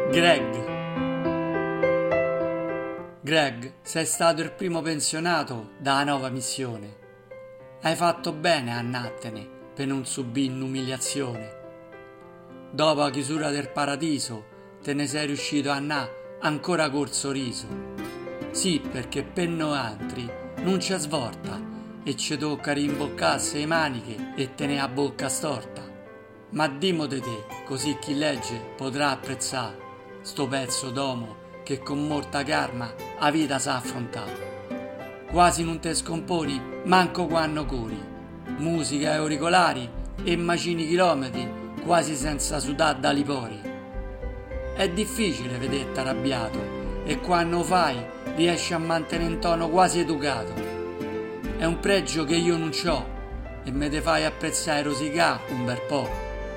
Greg, sei stato il primo pensionato dalla nuova missione. Hai fatto bene a andattene per non subire un'umiliazione. Dopo la chiusura del paradiso te ne sei riuscito a ancora col sorriso. Sì, perché per noi altri non c'è svolta e ci tocca rimboccarsi le maniche e te ne a bocca storta. Ma dimmo di te, così chi legge potrà apprezzare sto pezzo d'uomo che con molta calma a vita sa affrontare. Quasi non te scomponi manco quando curi, musica e auricolari e macini chilometri quasi senza sudare dai pori. È difficile vederti arrabbiato e quando fai riesci a mantenere un tono quasi educato. È un pregio che io non c'ho e me te fai apprezzare rosicà un bel po'.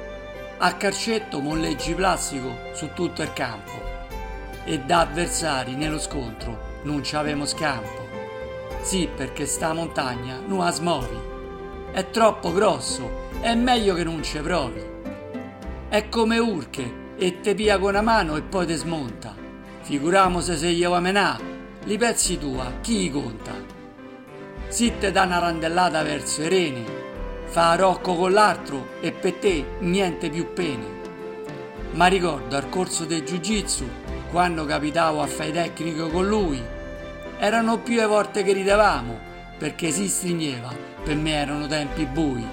A calcetto molleggi plastico su tutto il campo e da avversari nello scontro non ci avemo scampo. Sì, perché sta montagna non la smuovi, è troppo grosso, è meglio che non ci provi. È come urche e te pia con una mano e poi te smonta. Figuriamo se gli va menà, li pezzi tua, chi li conta? Si te dà una randellata verso i reni, fa rocco con l'altro e per te niente più pene. Ma ricordo al corso del jiu-jitsu, quando capitavo a fare tecnico con lui, erano più le volte che ridevamo, perché si stringeva, per me erano tempi bui.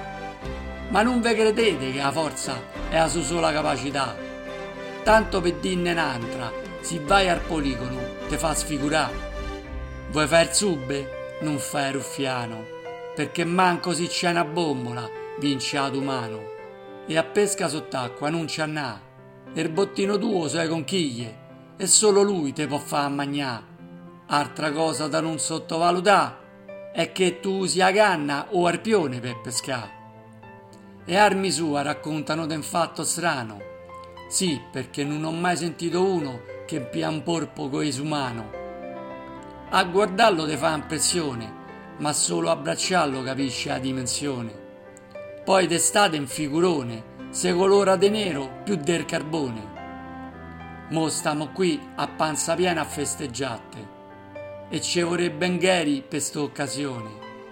Ma non ve credete che la forza è la sua sola capacità? Tanto per dirne un'altra, se vai al poligono, te fa sfigurare. Vuoi fare il subbe? Non fai il ruffiano, perché manco se c'è una bombola, vince ad umano. E a pesca sott'acqua non c'è n'ha. Il bottino tuo sei conchiglie e solo lui te può far magnà. Altra cosa da non sottovalutare è che tu usi la canna o arpione per pescare. E armi sua raccontano d'un fatto strano. Sì, perché non ho mai sentito uno che pia un porpo coesumano. A guardarlo te fa impressione, ma solo a abbracciarlo capisci la dimensione. Poi d'estate in figurone, se colora de nero più del carbone. Mo stiamo qui a panza piena a festeggiate e ci vorrebbe un Gary per st'occasione.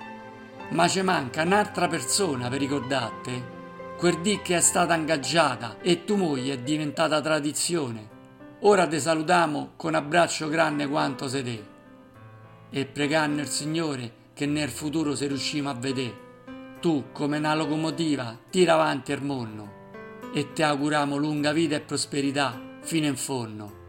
Ma ci manca un'altra persona per ricordarte, quel dì che è stata ingaggiata e tu moglie è diventata tradizione. Ora te salutiamo con abbraccio grande quanto sei te e pregando il Signore che nel futuro se riusciamo a vedere. Tu, come una locomotiva, tira avanti il mondo e ti auguriamo lunga vita e prosperità fino in fondo.